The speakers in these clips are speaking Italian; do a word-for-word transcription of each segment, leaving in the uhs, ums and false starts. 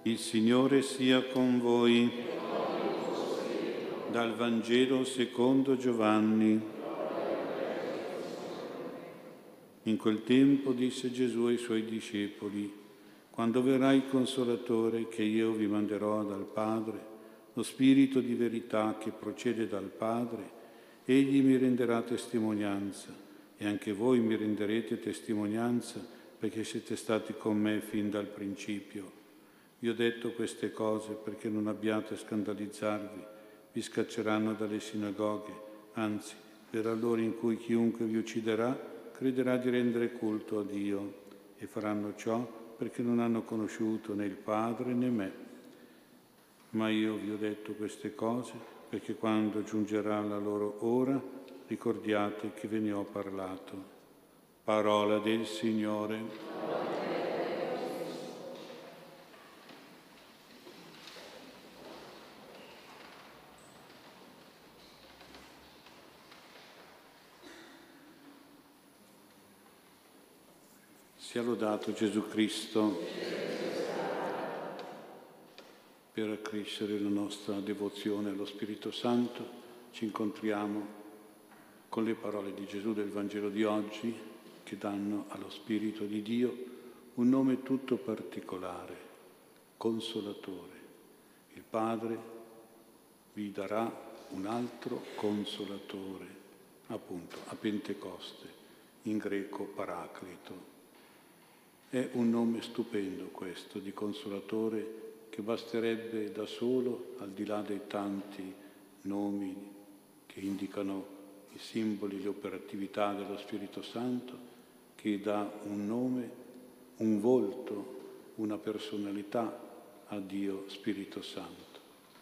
Il Signore sia con voi. Dal Vangelo secondo Giovanni. In quel tempo disse Gesù ai suoi discepoli: quando verrà il Consolatore che io vi manderò dal Padre, lo Spirito di verità che procede dal Padre, egli mi renderà testimonianza, e anche voi mi renderete testimonianza, perché siete stati con me fin dal principio. Vi ho detto queste cose perché non abbiate a scandalizzarvi. Vi scacceranno dalle sinagoghe, anzi, verrà l'ora in cui chiunque vi ucciderà crederà di rendere culto a Dio, e faranno ciò perché non hanno conosciuto né il Padre né me. Ma io vi ho detto queste cose perché quando giungerà la loro ora ricordiate che ve ne ho parlato. Parola del Signore. Sia lodato Gesù Cristo. Per accrescere la nostra devozione allo Spirito Santo ci incontriamo con le parole di Gesù del Vangelo di oggi, che danno allo Spirito di Dio un nome tutto particolare: Consolatore. Il Padre vi darà un altro Consolatore, appunto a Pentecoste, in greco Paraclito. È un nome stupendo questo di Consolatore, che basterebbe da solo, al di là dei tanti nomi che indicano i simboli, le operatività dello Spirito Santo, che dà un nome, un volto, una personalità a Dio Spirito Santo.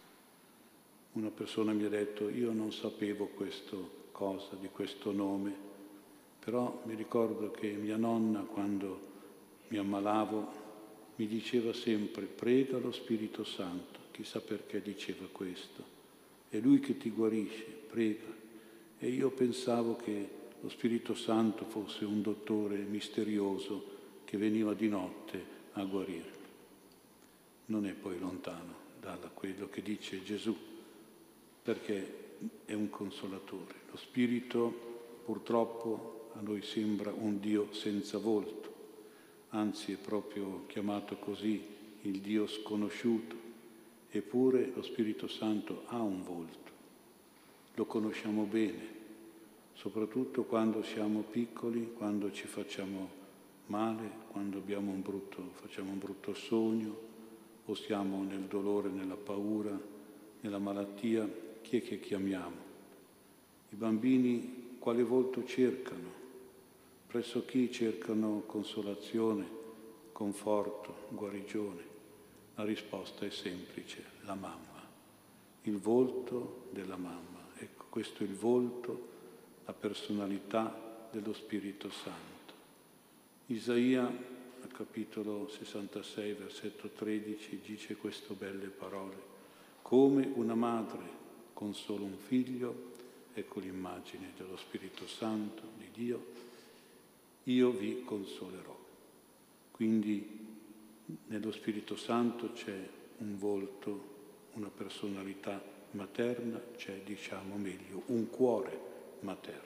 Una persona mi ha detto: io non sapevo questo cosa, di questo nome, però mi ricordo che mia nonna, quando mi ammalavo, mi diceva sempre: prega lo Spirito Santo. Chissà perché diceva questo. È Lui che ti guarisce, prega. E io pensavo che lo Spirito Santo fosse un dottore misterioso che veniva di notte a guarirmi. Non è poi lontano da quello che dice Gesù, perché è un consolatore. Lo Spirito, purtroppo, a noi sembra un Dio senza volto. Anzi, è proprio chiamato così, il Dio sconosciuto. Eppure lo Spirito Santo ha un volto. Lo conosciamo bene, soprattutto quando siamo piccoli, quando ci facciamo male, quando abbiamo un brutto, facciamo un brutto sogno, o siamo nel dolore, nella paura, nella malattia. Chi è che chiamiamo? I bambini quale volto cercano? Presso chi cercano consolazione, conforto, guarigione? La risposta è semplice: la mamma, il volto della mamma. Ecco, questo è il volto, la personalità dello Spirito Santo. Isaia, al capitolo sessantasei, versetto tredici, dice queste belle parole: come una madre consola un figlio, ecco l'immagine dello Spirito Santo, di Dio, io vi consolerò. Quindi nello Spirito Santo c'è un volto, una personalità materna, c'è, diciamo meglio, un cuore materno.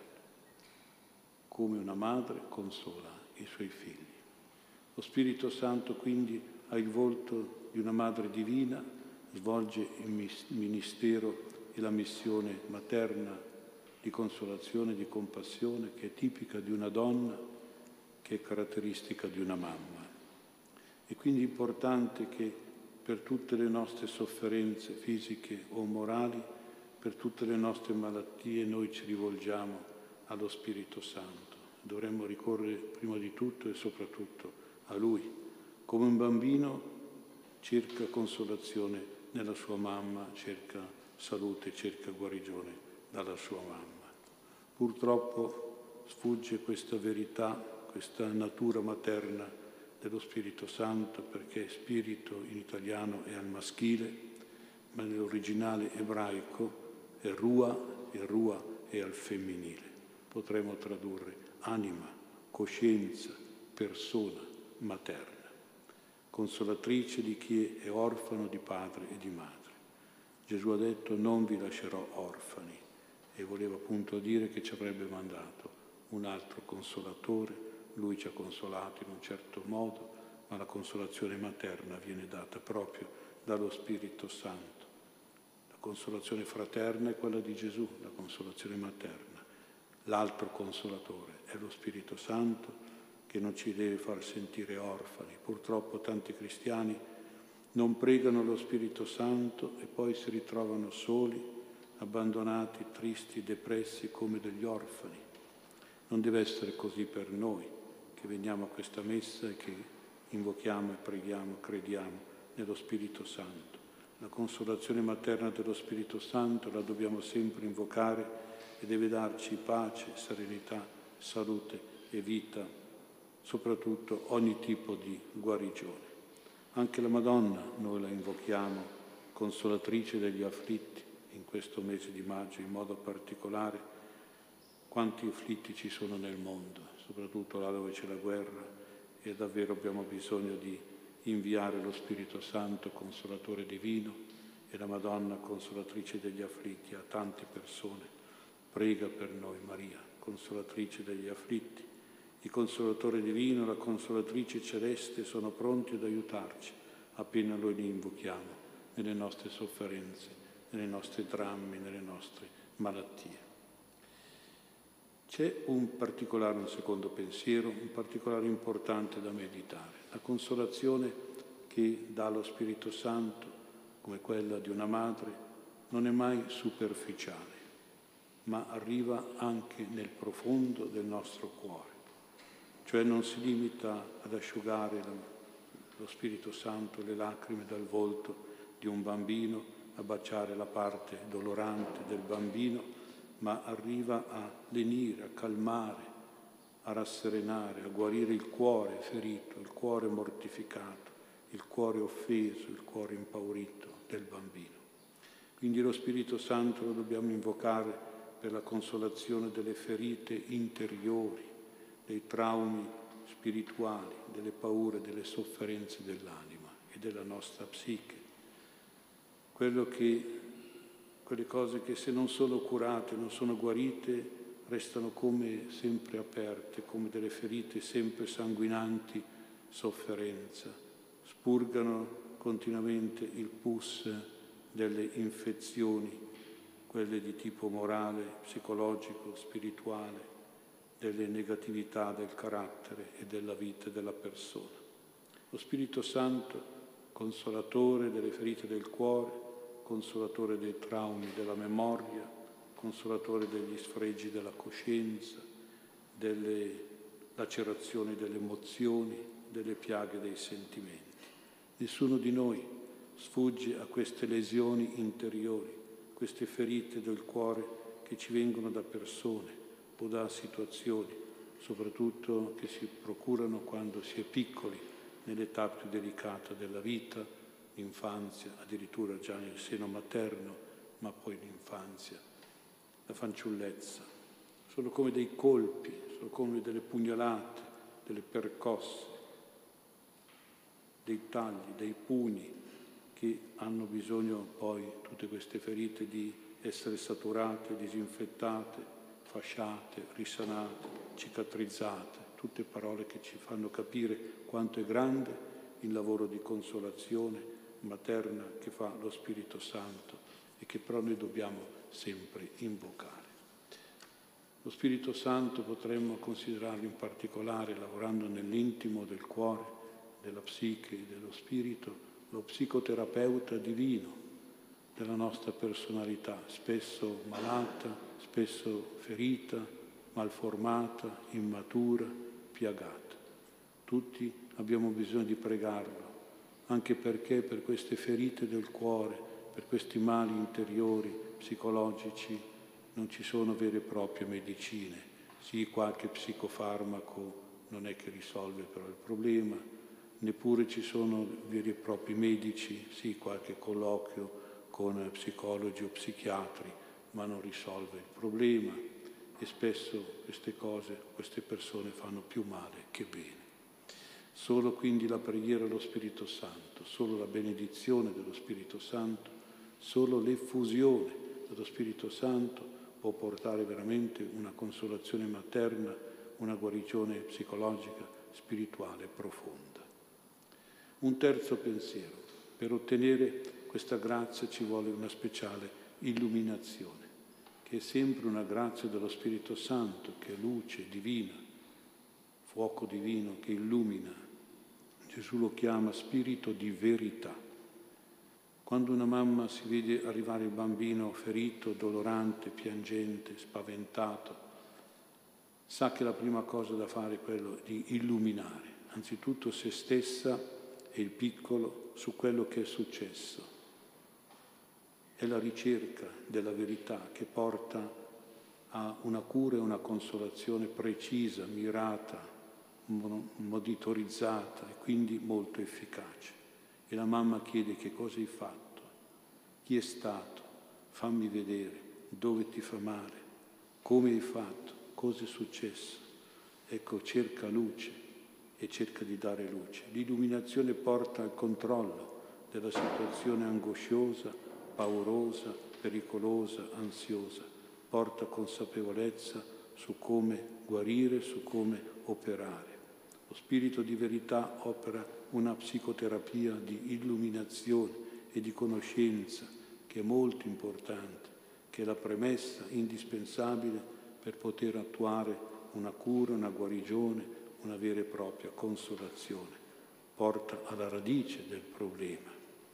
Come una madre consola i suoi figli. Lo Spirito Santo quindi ha il volto di una madre divina, svolge il ministero e la missione materna di consolazione, di compassione, che è tipica di una donna, che è caratteristica di una mamma. E quindi è importante che per tutte le nostre sofferenze fisiche o morali, per tutte le nostre malattie, noi ci rivolgiamo allo Spirito Santo. Dovremmo ricorrere prima di tutto e soprattutto a Lui. Come un bambino cerca consolazione nella sua mamma, cerca salute, cerca guarigione dalla sua mamma. Purtroppo sfugge questa verità, questa natura materna dello Spirito Santo, perché spirito in italiano è al maschile, ma nell'originale ebraico è rua, e rua è al femminile. Potremmo tradurre anima, coscienza, persona materna. consolatrice di chi è orfano di padre e di madre. Gesù ha detto: non vi lascerò orfani, e voleva appunto dire che ci avrebbe mandato un altro consolatore. Lui ci ha consolato in un certo modo, ma la consolazione materna viene data proprio dallo Spirito Santo. La consolazione fraterna è quella di Gesù, la consolazione materna. L'altro consolatore è lo Spirito Santo, che non ci deve far sentire orfani. Purtroppo tanti cristiani non pregano lo Spirito Santo e poi si ritrovano soli, abbandonati, tristi, depressi come degli orfani. Non deve essere così per noi che veniamo a questa messa e che invochiamo e preghiamo, crediamo nello Spirito Santo. La consolazione materna dello Spirito Santo la dobbiamo sempre invocare e deve darci pace, serenità, salute e vita, soprattutto ogni tipo di guarigione. Anche la Madonna noi la invochiamo, consolatrice degli afflitti, in questo mese di maggio in modo particolare. Quanti afflitti ci sono nel mondo, soprattutto là dove c'è la guerra, e davvero abbiamo bisogno di inviare lo Spirito Santo, consolatore divino, e la Madonna, consolatrice degli afflitti, a tante persone. Prega per noi, Maria, consolatrice degli afflitti. Il Consolatore divino, la Consolatrice celeste sono pronti ad aiutarci appena noi li invochiamo nelle nostre sofferenze, nelle nostre drammi, nelle nostre malattie. C'è un particolare, un secondo pensiero, un particolare importante da meditare. La consolazione che dà lo Spirito Santo, come quella di una madre, non è mai superficiale, ma arriva anche nel profondo del nostro cuore. Cioè non si limita ad asciugare lo Spirito Santo, le lacrime dal volto di un bambino, a baciare la parte dolorante del bambino, ma arriva a lenire, a calmare, a rasserenare, a guarire il cuore ferito, il cuore mortificato, il cuore offeso, il cuore impaurito del bambino. Quindi lo Spirito Santo lo dobbiamo invocare per la consolazione delle ferite interiori, dei traumi spirituali, delle paure, delle sofferenze dell'anima e della nostra psiche. Quello che, quelle cose che se non sono curate, non sono guarite, restano come sempre aperte, come delle ferite sempre sanguinanti, sofferenza. Spurgano continuamente il pus delle infezioni, quelle di tipo morale, psicologico, spirituale, delle negatività del carattere e della vita della persona. Lo Spirito Santo, consolatore delle ferite del cuore, consolatore dei traumi della memoria, consolatore degli sfregi della coscienza, delle lacerazioni delle emozioni, delle piaghe dei sentimenti. Nessuno di noi sfugge a queste lesioni interiori, queste ferite del cuore che ci vengono da persone o da situazioni, soprattutto che si procurano quando si è piccoli, nell'età più delicata della vita, l'infanzia, addirittura già nel seno materno, ma poi l'infanzia, la fanciullezza. Sono come dei colpi, sono come delle pugnalate, delle percosse, dei tagli, dei pugni, che hanno bisogno poi, tutte queste ferite, di essere saturate, disinfettate, fasciate, risanate, cicatrizzate, tutte parole che ci fanno capire quanto è grande il lavoro di consolazione materna che fa lo Spirito Santo e che però noi dobbiamo sempre invocare. Lo Spirito Santo potremmo considerarlo in particolare, lavorando nell'intimo del cuore, della psiche e dello spirito, lo psicoterapeuta divino della nostra personalità, spesso malata, spesso ferita, malformata, immatura, piagata. Tutti abbiamo bisogno di pregarlo, anche perché per queste ferite del cuore, per questi mali interiori, psicologici, non ci sono vere e proprie medicine. Sì, qualche psicofarmaco non è che risolve però il problema, neppure ci sono veri e propri medici, sì, qualche colloquio con psicologi o psichiatri, ma non risolve il problema e spesso queste cose, queste persone fanno più male che bene. Solo quindi la preghiera allo Spirito Santo, solo la benedizione dello Spirito Santo, solo l'effusione dello Spirito Santo può portare veramente una consolazione materna, una guarigione psicologica, spirituale profonda. Un terzo pensiero: per ottenere questa grazia ci vuole una speciale illuminazione, che è sempre una grazia dello Spirito Santo, che è luce divina, fuoco divino che illumina. Gesù lo chiama spirito di verità. Quando una mamma si vede arrivare il bambino ferito, dolorante, piangente, spaventato, sa che la prima cosa da fare è quello di illuminare, anzitutto se stessa e il piccolo, su quello che è successo. È la ricerca della verità che porta a una cura e una consolazione precisa, mirata, monitorizzata e quindi molto efficace. E la mamma chiede: che cosa hai fatto? Chi è stato? Fammi vedere. Dove ti fa male? Come hai fatto? Cosa è successo? Ecco, cerca luce e cerca di dare luce. L'illuminazione porta al controllo della situazione angosciosa, paurosa, pericolosa, ansiosa. Porta consapevolezza su come guarire, su come operare. Lo spirito di verità opera una psicoterapia di illuminazione e di conoscenza che è molto importante, che è la premessa indispensabile per poter attuare una cura, una guarigione, una vera e propria consolazione. Porta alla radice del problema.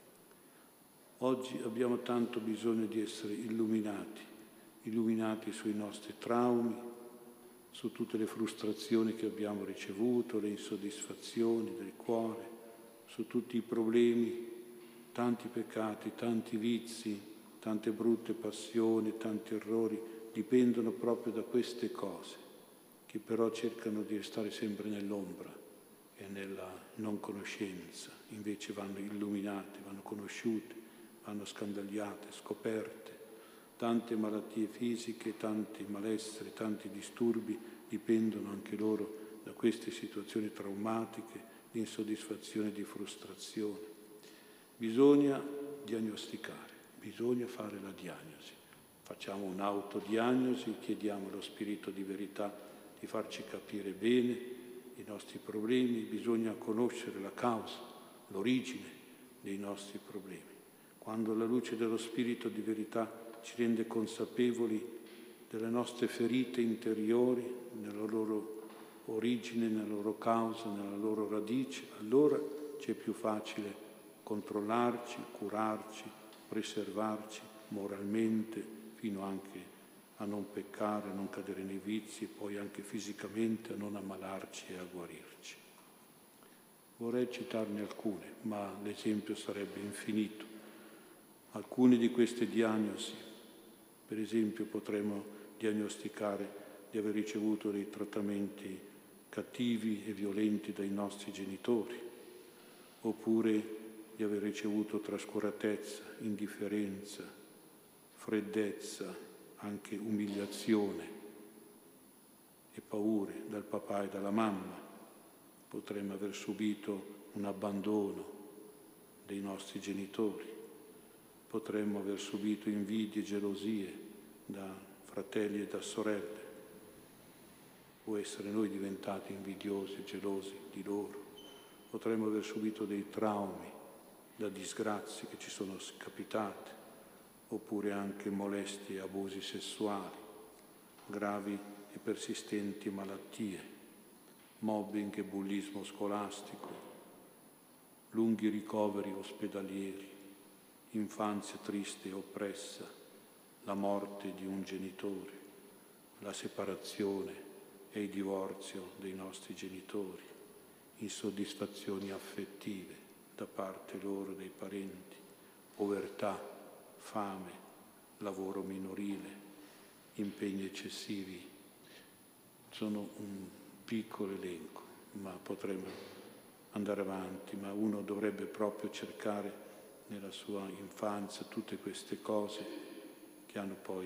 Oggi abbiamo tanto bisogno di essere illuminati, illuminati sui nostri traumi, su tutte le frustrazioni che abbiamo ricevuto, le insoddisfazioni del cuore, su tutti i problemi, tanti peccati, tanti vizi, tante brutte passioni, tanti errori, dipendono proprio da queste cose, che però cercano di restare sempre nell'ombra e nella non conoscenza. Invece vanno illuminate, vanno conosciute, vanno scandagliate, scoperte. Tante malattie fisiche, tanti malesseri, tanti disturbi dipendono anche loro da queste situazioni traumatiche, di insoddisfazione, di frustrazione. Bisogna diagnosticare, bisogna fare la diagnosi. Facciamo un'autodiagnosi, chiediamo allo Spirito di verità di farci capire bene i nostri problemi. Bisogna conoscere la causa, l'origine dei nostri problemi. Quando la luce dello Spirito di verità ci rende consapevoli delle nostre ferite interiori, nella loro origine, nella loro causa, nella loro radice, allora ci è più facile controllarci, curarci, preservarci moralmente, fino anche a non peccare, a non cadere nei vizi, e poi anche fisicamente a non ammalarci e a guarirci. Vorrei citarne alcune, ma l'esempio sarebbe infinito. Alcune di queste diagnosi, per esempio, potremmo diagnosticare di aver ricevuto dei trattamenti cattivi e violenti dai nostri genitori, oppure di aver ricevuto trascuratezza, indifferenza, freddezza, anche umiliazione e paure dal papà e dalla mamma. Potremmo aver subito un abbandono dei nostri genitori. Potremmo aver subito invidie e gelosie da fratelli e da sorelle. Può essere noi diventati invidiosi e gelosi di loro. Potremmo aver subito dei traumi da disgrazie che ci sono capitate, oppure anche molestie e abusi sessuali, gravi e persistenti malattie, mobbing e bullismo scolastico, lunghi ricoveri ospedalieri, infanzia triste e oppressa, la morte di un genitore, la separazione e il divorzio dei nostri genitori, insoddisfazioni affettive da parte loro dei parenti, povertà, fame, lavoro minorile, impegni eccessivi. Sono un piccolo elenco, ma potremmo andare avanti, ma uno dovrebbe proprio cercare nella sua infanzia tutte queste cose che hanno poi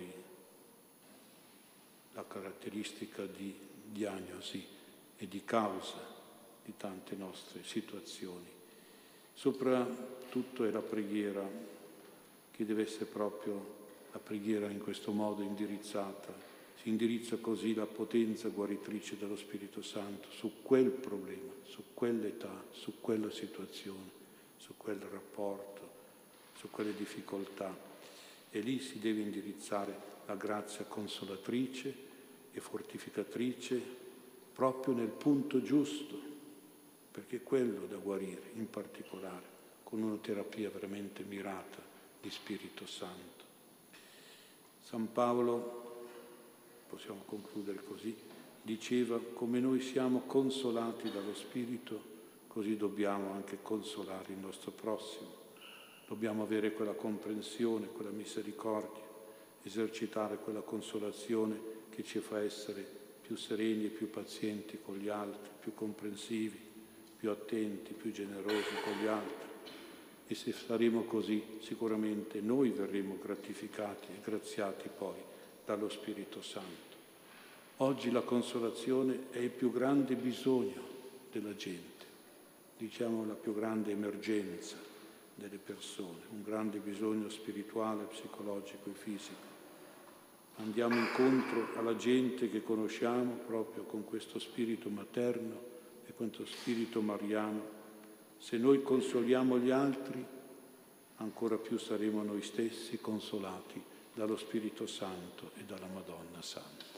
la caratteristica di diagnosi e di causa di tante nostre situazioni. Soprattutto è la preghiera che deve essere proprio la preghiera in questo modo indirizzata. Si indirizza così la potenza guaritrice dello Spirito Santo su quel problema, su quell'età, su quella situazione, su quel rapporto, su quelle difficoltà. E lì si deve indirizzare la grazia consolatrice e fortificatrice proprio nel punto giusto, perché è quello da guarire, in particolare, con una terapia veramente mirata di Spirito Santo. San Paolo, possiamo concludere così, diceva: come noi siamo consolati dallo Spirito, così dobbiamo anche consolare il nostro prossimo. Dobbiamo avere quella comprensione, quella misericordia, esercitare quella consolazione che ci fa essere più sereni e più pazienti con gli altri, più comprensivi, più attenti, più generosi con gli altri. E se saremo così, sicuramente noi verremo gratificati e graziati poi dallo Spirito Santo. Oggi la consolazione è il più grande bisogno della gente, diciamo la più grande emergenza delle persone, un grande bisogno spirituale, psicologico e fisico. Andiamo incontro alla gente che conosciamo proprio con questo spirito materno e questo spirito mariano. Se noi consoliamo gli altri, ancora più saremo noi stessi consolati dallo Spirito Santo e dalla Madonna Santa.